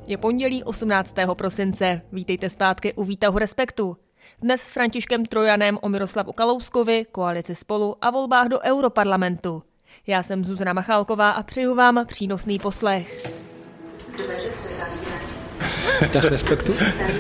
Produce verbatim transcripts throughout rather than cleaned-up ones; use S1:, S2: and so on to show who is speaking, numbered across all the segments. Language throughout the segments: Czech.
S1: Je pondělí osmnáctého prosince. Vítejte zpátky u Výtahu Respektu. Dnes s Františkem Trojanem o Miroslavu Kalouskovi, koalici Spolu a volbách do Europarlamentu. Já jsem Zuzana Machálková a přeju vám přínosný poslech.
S2: Výtah Respektu?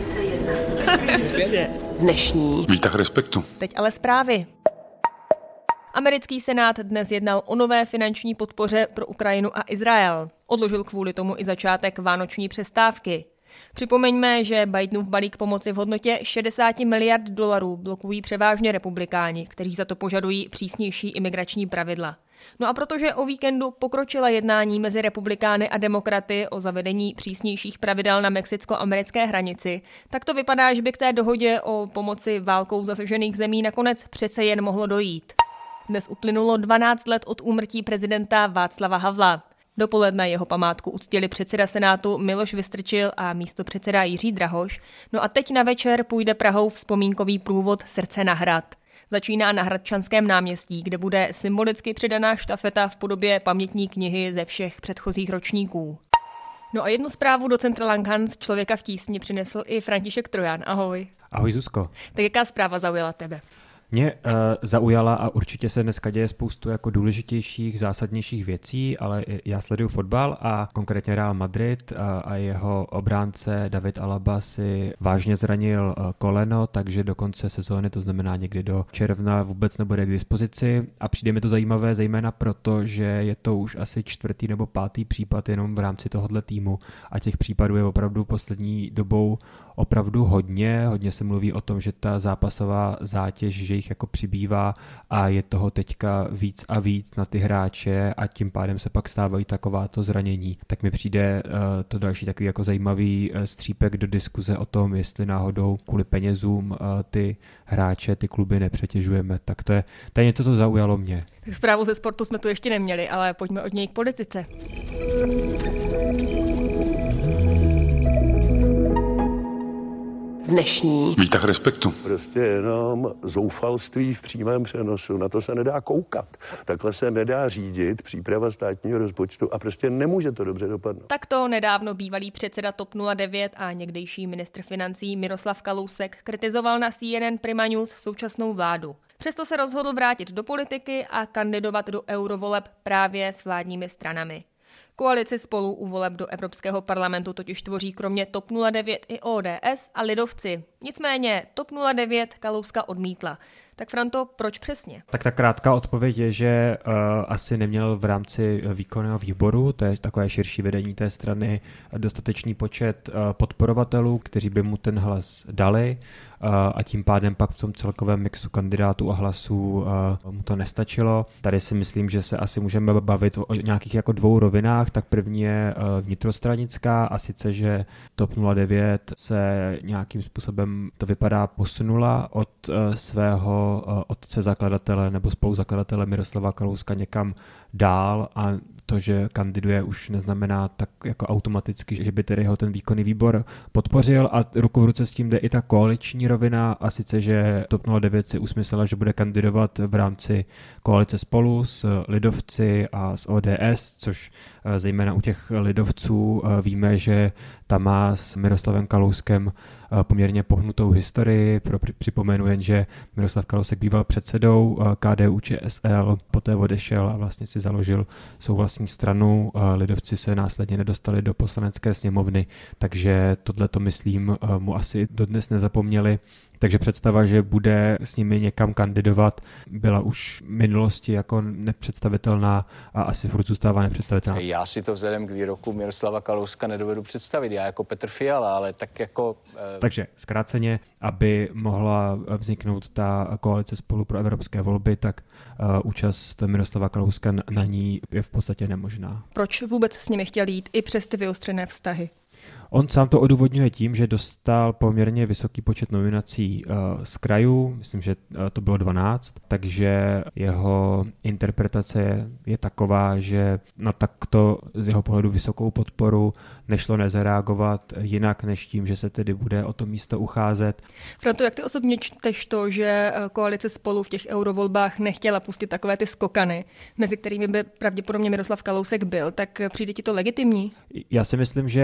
S1: Dnešní
S3: Výtah Respektu.
S1: Teď ale zprávy. Americký senát dnes jednal o nové finanční podpoře pro Ukrajinu a Izrael. Odložil kvůli tomu i začátek vánoční přestávky. Připomeňme, že Bidenův balík pomoci v hodnotě šedesát miliard dolarů blokují převážně republikáni, kteří za to požadují přísnější imigrační pravidla. No a protože o víkendu pokročila jednání mezi republikány a demokraty o zavedení přísnějších pravidel na mexicko-americké hranici, tak to vypadá, že by k té dohodě o pomoci válkou zasažených zemí nakonec přece jen mohlo dojít. Dnes uplynulo dvanáct let od úmrtí prezidenta Václava Havla. Dopoledne jeho památku uctili předseda Senátu Miloš Vystrčil a místopředseda Jiří Drahoš. No a teď na večer půjde Prahou vzpomínkový průvod Srdce na hrad. Začíná na Hradčanském náměstí, kde bude symbolicky předaná štafeta v podobě pamětní knihy ze všech předchozích ročníků. No a jednu zprávu do Centra Langhans Člověka v tísni přinesl i František Trojan. Ahoj.
S2: Ahoj Zuzko.
S1: Tak jaká zpráva zaujala tebe?
S2: Mě uh, zaujala a určitě se dneska děje spoustu jako důležitějších, zásadnějších věcí, ale já sleduju fotbal a konkrétně Real Madrid a, a jeho obránce David Alaba si vážně zranil uh, koleno, takže do konce sezóny, to znamená někdy do června, vůbec nebude k dispozici a přijde mi to zajímavé zejména proto, že je to už asi čtvrtý nebo pátý případ jenom v rámci tohohle týmu a těch případů je opravdu poslední dobou opravdu hodně, hodně se mluví o tom, že ta zápasová zátěž, že jich jako přibývá a je toho teďka víc a víc na ty hráče a tím pádem se pak stávají takováto zranění. Tak mi přijde uh, to další takový jako zajímavý uh, střípek do diskuze o tom, jestli náhodou kvůli penězům uh, ty hráče, ty kluby nepřetěžujeme. Tak to je, to je něco, co zaujalo mě.
S1: Tak zprávu ze sportu jsme tu ještě neměli, ale pojďme od něj k politice.
S3: Dnešní Výtah Respektu.
S4: Prostě jenom zoufalství v přímém přenosu, na to se nedá koukat. Takhle se nedá řídit příprava státního rozpočtu a prostě nemůže to dobře dopadnout.
S1: Tak to nedávno bývalý předseda TOP nula devět a někdejší ministr financí Miroslav Kalousek kritizoval na C N N Prima News současnou vládu. Přesto se rozhodl vrátit do politiky a kandidovat do eurovoleb právě s vládními stranami. Koalici Spolu u voleb do Evropského parlamentu totiž tvoří kromě TOP nula devět i O D S a lidovci. Nicméně TOP nula devět Kalouska odmítla. Tak Franto, proč přesně?
S2: Tak ta krátká odpověď je, že uh, asi neměl v rámci výkonného výboru, to je takové širší vedení té strany, dostatečný počet uh, podporovatelů, kteří by mu ten hlas dali uh, a tím pádem pak v tom celkovém mixu kandidátů a hlasů uh, mu to nestačilo. Tady si myslím, že se asi můžeme bavit o nějakých jako dvou rovinách. Tak první je uh, vnitrostranická a sice, že TOP nula devět se nějakým způsobem to vypadá posunula od uh, svého otce zakladatele nebo spoluzakladatele Miroslava Kalouska někam dál a to, že kandiduje, už neznamená tak jako automaticky, že by tedy ho ten výkonný výbor podpořil a ruku v ruce s tím jde i ta koaliční rovina a sice, že TOP nula devět si usmyslela, že bude kandidovat v rámci koalice Spolu s lidovci a s O D S, což zejména u těch lidovců víme, že tam má s Miroslavem Kalouskem poměrně pohnutou historii. Pro připomenu jen, že Miroslav Kalousek býval předsedou K D U Č S L, poté odešel a vlastně si založil svou vlastní stranu. Lidovci se následně nedostali do poslanecké sněmovny, takže tohleto myslím mu asi dodnes nezapomněli. Takže představa, že bude s nimi někam kandidovat, byla už v minulosti jako nepředstavitelná a asi furt zůstává nepředstavitelná.
S5: Já si to vzhledem k výroku Miroslava Kalouska nedovedu představit. Já jako Petr Fiala, ale tak jako... Eh...
S2: Takže zkráceně, aby mohla vzniknout ta koalice Spolu pro evropské volby, tak uh, účast Miroslava Kalouska na ní je v podstatě nemožná.
S1: Proč vůbec s nimi chtěl jít i přes ty vyostřené vztahy?
S2: On sám to odůvodňuje tím, že dostal poměrně vysoký počet nominací uh, z krajů, myslím, že uh, to bylo dvanáct, takže jeho interpretace je, je taková, že na takto z jeho pohledu vysokou podporu nešlo nezareagovat jinak než tím, že se tedy bude o to místo ucházet.
S1: Franto, jak ty osobně čteš to, že koalice Spolu v těch eurovolbách nechtěla pustit takové ty skokany, mezi kterými by pravděpodobně Miroslav Kalousek byl, tak přijde ti to legitimní?
S2: Já si myslím, že přijde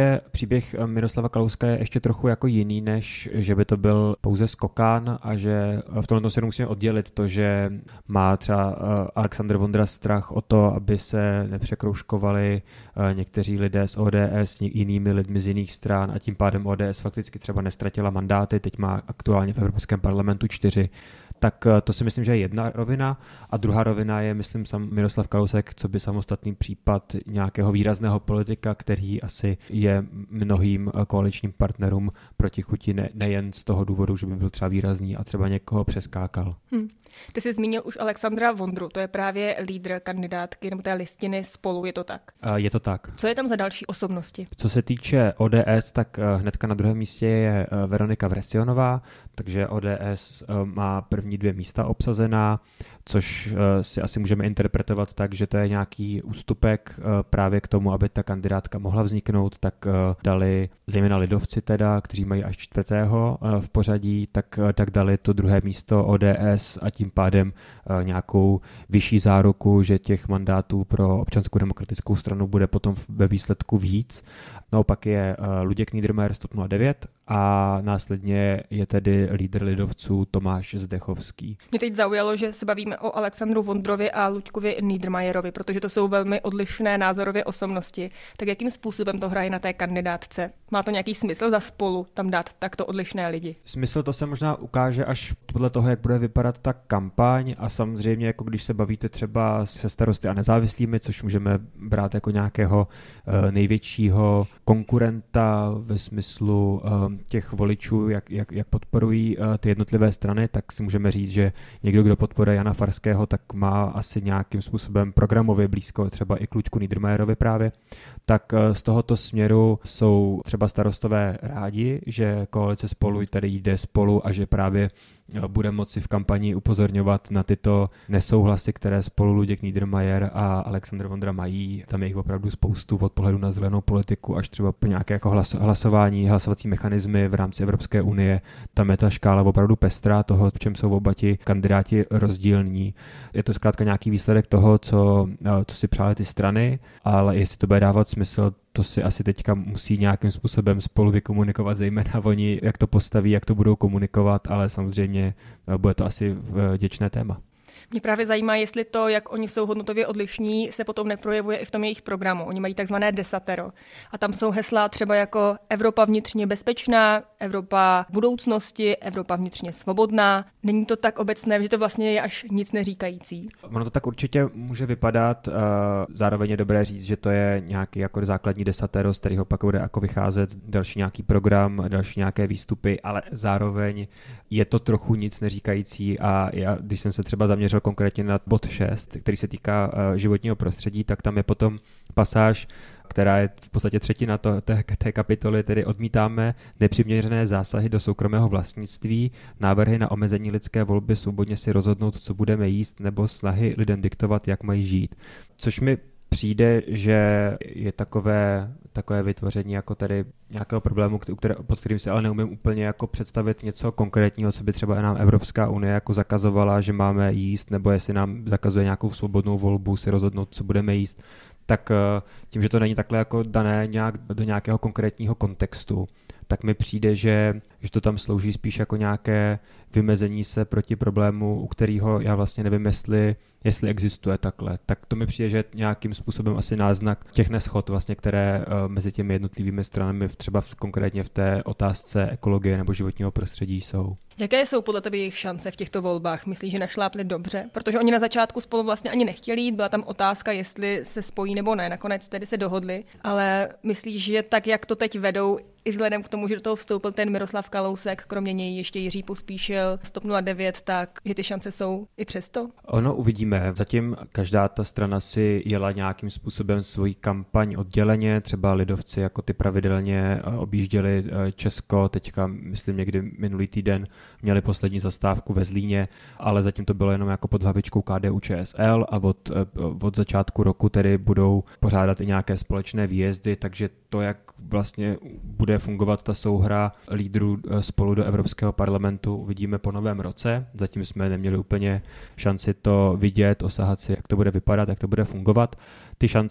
S2: příběh Miroslava Kalouska je ještě trochu jako jiný, než že by to byl pouze skokán a že v tomhle se musíme oddělit to, že má třeba Alexandr Vondra strach o to, aby se nepřekroužkovali někteří lidé z O D S jinými lidmi z jiných stran a tím pádem O D S fakticky třeba nestratila mandáty, teď má aktuálně v Evropském parlamentu čtyři. Tak to si myslím, že je jedna rovina a druhá rovina je, myslím, sam Miroslav Kalousek, co by samostatný případ nějakého výrazného politika, který asi je mnohým koaličním partnerům proti chuti ne, nejen z toho důvodu, že by byl třeba výrazný a třeba někoho přeskákal. Hmm.
S1: Ty jsi zmínil už Alexandra Vondru, to je právě lídr kandidátky nebo té listiny Spolu, je to tak?
S2: Je to tak.
S1: Co je tam za další osobnosti?
S2: Co se týče O D S, tak hnedka na druhém místě je Veronika Vrecionová, takže O D S má první dvě místa obsazená, což si asi můžeme interpretovat tak, že to je nějaký ústupek právě k tomu, aby ta kandidátka mohla vzniknout, tak dali zejména lidovci teda, kteří mají až čtvrtého v pořadí, tak, tak dali to druhé místo O D S a tím pádem nějakou vyšší záruku, že těch mandátů pro Občanskou demokratickou stranu bude potom ve výsledku víc. Naopak je Luděk Niedermayer z TOP nula devět a následně je tedy lídr lidovců Tomáš Zdechovský.
S1: Mě teď zaujalo, že se bavíme o Alexandru Vondrovi a Luďkovi Niedermayerovi, protože to jsou velmi odlišné názorově osobnosti. Tak jakým způsobem to hraje na té kandidátce? Má to nějaký smysl za Spolu tam dát takto odlišné lidi?
S2: Smysl to se možná ukáže až podle toho, jak bude vypadat ta kampaň a samozřejmě, jako když se bavíte třeba se Starosty a nezávislými, což můžeme brát jako nějakého uh, největšího konkurenta ve smyslu uh, těch voličů, jak, jak, jak podporují uh, ty jednotlivé strany, tak si můžeme říct, že někdo, kdo podporuje Jana Farského, tak má asi nějakým způsobem programově blízko třeba i k Luďku Niedermayerovi právě. Tak uh, z tohoto směru jsou třeba Starostové rádi, že koalice Spolu tady jde spolu a že právě bude moci v kampani upozorňovat na tyto nesouhlasy, které spolu Luděk Niedermayer a Alexandr Vondra mají. Tam je jich opravdu spoustu od pohledu na zelenou politiku až třeba po nějaké jako hlas, hlasování, hlasovací mechanismy v rámci Evropské unie. Tam je ta škála opravdu pestrá toho, v čem jsou oba ti kandidáti rozdílní. Je to zkrátka nějaký výsledek toho, co, co si přáli ty strany, ale jestli to bude dávat smysl, to si asi teďka musí nějakým způsobem spolu vykomunikovat, zejména oni, jak to postaví, jak to budou komunikovat, ale samozřejmě bude to asi vděčné téma.
S1: Mě právě zajímá, jestli to, jak oni jsou hodnotově odlišní, se potom neprojevuje i v tom jejich programu. Oni mají takzvané desatero. A tam jsou hesla třeba jako Evropa vnitřně bezpečná, Evropa budoucnosti, Evropa vnitřně svobodná. Není to tak obecné, že to vlastně je až nic neříkající?
S2: Ono to tak určitě může vypadat. Zároveň je dobré říct, že to je nějaký jako základní desatero, z kterého pak bude jako vycházet další nějaký program, další nějaké výstupy, ale zároveň je to trochu nic neříkající a já, když jsem se třeba zaměřil konkrétně na bod šest, který se týká uh, životního prostředí, tak tam je potom pasáž, která je v podstatě třetina to, té, té kapitoly, tedy odmítáme nepřiměřené zásahy do soukromého vlastnictví, návrhy na omezení lidské volby svobodně si rozhodnout, co budeme jíst, nebo snahy lidem diktovat, jak mají žít. Což mi přijde, že je takové, takové vytvoření jako tady nějakého problému, které, pod kterým si ale neumím úplně jako představit něco konkrétního, co by třeba nám Evropská unie jako zakazovala, že máme jíst, nebo jestli nám zakazuje nějakou svobodnou volbu si rozhodnout, co budeme jíst. Tak tím, že to není takhle jako dané nějak do nějakého konkrétního kontextu, tak mi přijde, že, že to tam slouží spíš jako nějaké vymezení se proti problému, u kterého já vlastně nevím, jestli, jestli existuje takhle. Tak to mi přijde, že nějakým způsobem asi náznak těch neshod, vlastně, které uh, mezi těmi jednotlivými stranami třeba v, konkrétně v té otázce ekologie nebo životního prostředí jsou.
S1: Jaké jsou podle tebe jejich šance v těchto volbách? Myslíš, že našlápli dobře? Protože oni na začátku spolu vlastně ani nechtěli jít, byla tam otázka, jestli se spojí nebo ne. Nakonec tedy se dohodli, ale myslíš, že tak, jak to teď vedou, i vzhledem k tomu, že do toho vstoupil ten Miroslav Kalousek, kromě něj ještě Jiří Pospíšil z TOP nula devět, tak že ty šance jsou i přesto?
S2: Ono uvidíme. Zatím každá ta strana si jela nějakým způsobem svoji kampaň odděleně, třeba lidovci jako ty pravidelně objížděli Česko, teďka myslím někdy minulý týden měli poslední zastávku ve Zlíně, ale zatím to bylo jenom jako pod hlavičkou K D U Č S L a od, od začátku roku tedy budou pořádat i nějaké společné výjezdy, takže to, jak vlastně bude fungovat ta souhra lídrů Spolu do Evropského parlamentu, uvidíme po novém roce. Zatím jsme neměli úplně šanci to vidět, osahat si, jak to bude vypadat, jak to bude fungovat. Ty šance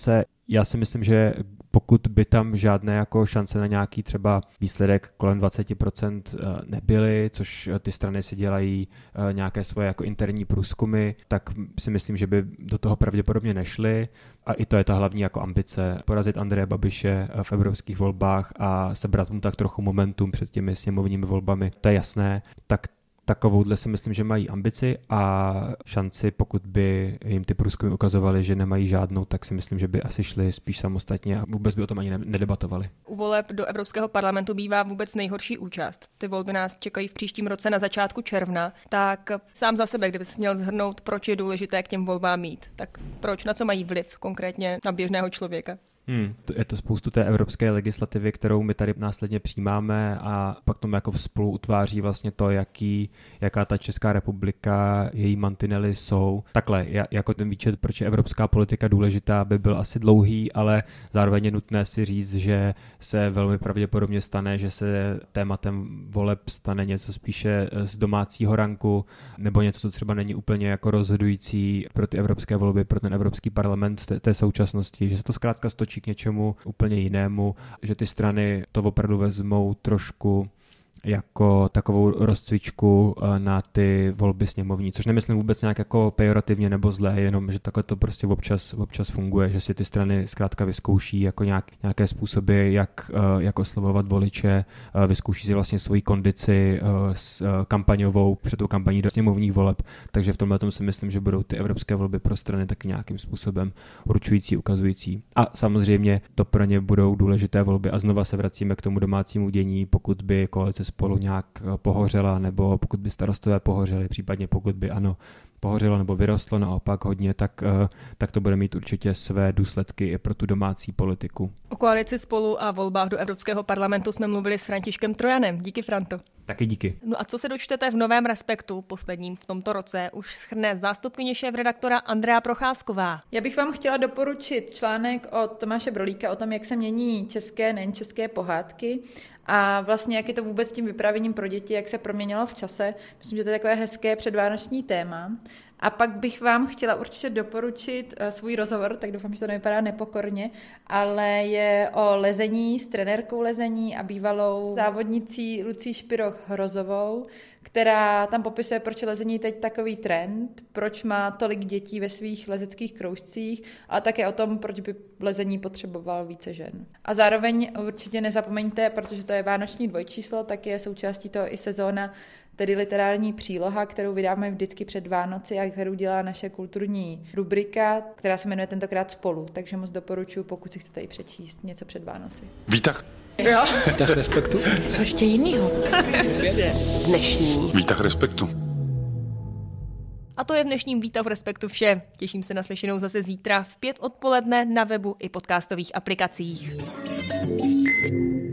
S2: já si myslím, že pokud by tam žádné jako šance na nějaký třeba výsledek kolem dvacet procent nebyly, což ty strany si dělají nějaké svoje jako interní průzkumy, tak si myslím, že by do toho pravděpodobně nešly. A i to je ta hlavní jako ambice, porazit Andreje Babiše v evropských volbách a sebrat mu tak trochu momentum před těmi sněmovními volbami. To je jasné. Tak takovouhle si myslím, že mají ambici a šanci, pokud by jim ty průzkumy ukazovaly, že nemají žádnou, tak si myslím, že by asi šli spíš samostatně a vůbec by o tom ani nedebatovali.
S1: U voleb do Evropského parlamentu bývá vůbec nejhorší účast. Ty volby nás čekají v příštím roce na začátku června, tak sám za sebe, kdyby se měl shrnout, proč je důležité k těm volbám mít, tak proč, na co mají vliv konkrétně na běžného člověka?
S2: Hmm, to je to spoustu té evropské legislativy, kterou my tady následně přijímáme a pak tomu jako spolu utváří vlastně to, jaký, jaká ta Česká republika, její mantinely jsou. Takhle, jako ten výčet, proč je evropská politika důležitá, by byl asi dlouhý, ale zároveň je nutné si říct, že se velmi pravděpodobně stane, že se tématem voleb stane něco spíše z domácího ranku, nebo něco, co třeba není úplně jako rozhodující pro ty evropské volby, pro ten Evropský parlament té, té současnosti, že se to zkrátka stočí k něčemu úplně jinému, že ty strany to opravdu vezmou trošku jako takovou rozcvičku na ty volby sněmovní, což nemyslím vůbec nějak jako pejorativně nebo zlé, jenom že takhle to prostě občas, občas funguje, že si ty strany zkrátka vyzkouší jako nějak, nějaké způsoby, jak, jak oslovovat voliče, vyzkouší si vlastně svoji kondici kampaňovou před tou kampaní do sněmovních voleb, takže v tomhle tom si myslím, že budou ty evropské volby pro strany taky nějakým způsobem určující, ukazující. A samozřejmě to pro ně budou důležité volby a znova se vracíme k tomu domácímu dění, pokud by koalice Spolu nějak pohořela, nebo pokud by Starostové pohořeli, případně pokud by ANO pohořelo nebo vyrostlo naopak hodně, tak, tak to bude mít určitě své důsledky i pro tu domácí politiku.
S1: O koalici Spolu a volbách do Evropského parlamentu jsme mluvili s Františkem Trojanem. Díky, Franto.
S2: Taky díky.
S1: No a co se dočtete v novém Respektu, posledním v tomto roce, už shrne zástupkyně šéfredaktora Andrea Procházková.
S6: Já bych vám chtěla doporučit článek od Tomáše Brolíka o tom, jak se mění české, nejen české pohádky a vlastně jak je to vůbec tím vyprávěním pro děti, jak se proměnilo v čase. Myslím, že to je takové hezké předvánoční téma. A pak bych vám chtěla určitě doporučit svůj rozhovor, tak doufám, že to nevypadá nepokorně, ale je o lezení s trenérkou lezení a bývalou závodnicí Lucí Špiroch-Hrozovou, která tam popisuje, proč je lezení teď takový trend, proč má tolik dětí ve svých lezeckých kroužcích, ale také o tom, proč by lezení potřeboval více žen. A zároveň určitě nezapomeňte, protože to je vánoční dvojčíslo, tak je součástí toho i sezóna, tedy literární příloha, kterou vydáme vždycky před Vánoci a kterou dělá naše kulturní rubrika, která se jmenuje tentokrát Spolu. Takže moc doporučuji, pokud si chcete i přečíst něco před Vánoci.
S3: Výtah.
S1: Jo.
S3: Výtah Respektu.
S7: Co ještě jinýho? Dnešní.
S3: Výtah Respektu.
S1: A to je v dnešním Výtah Respektu vše. Těším se na slyšenou zase zítra v pět odpoledne na webu i podcastových aplikacích.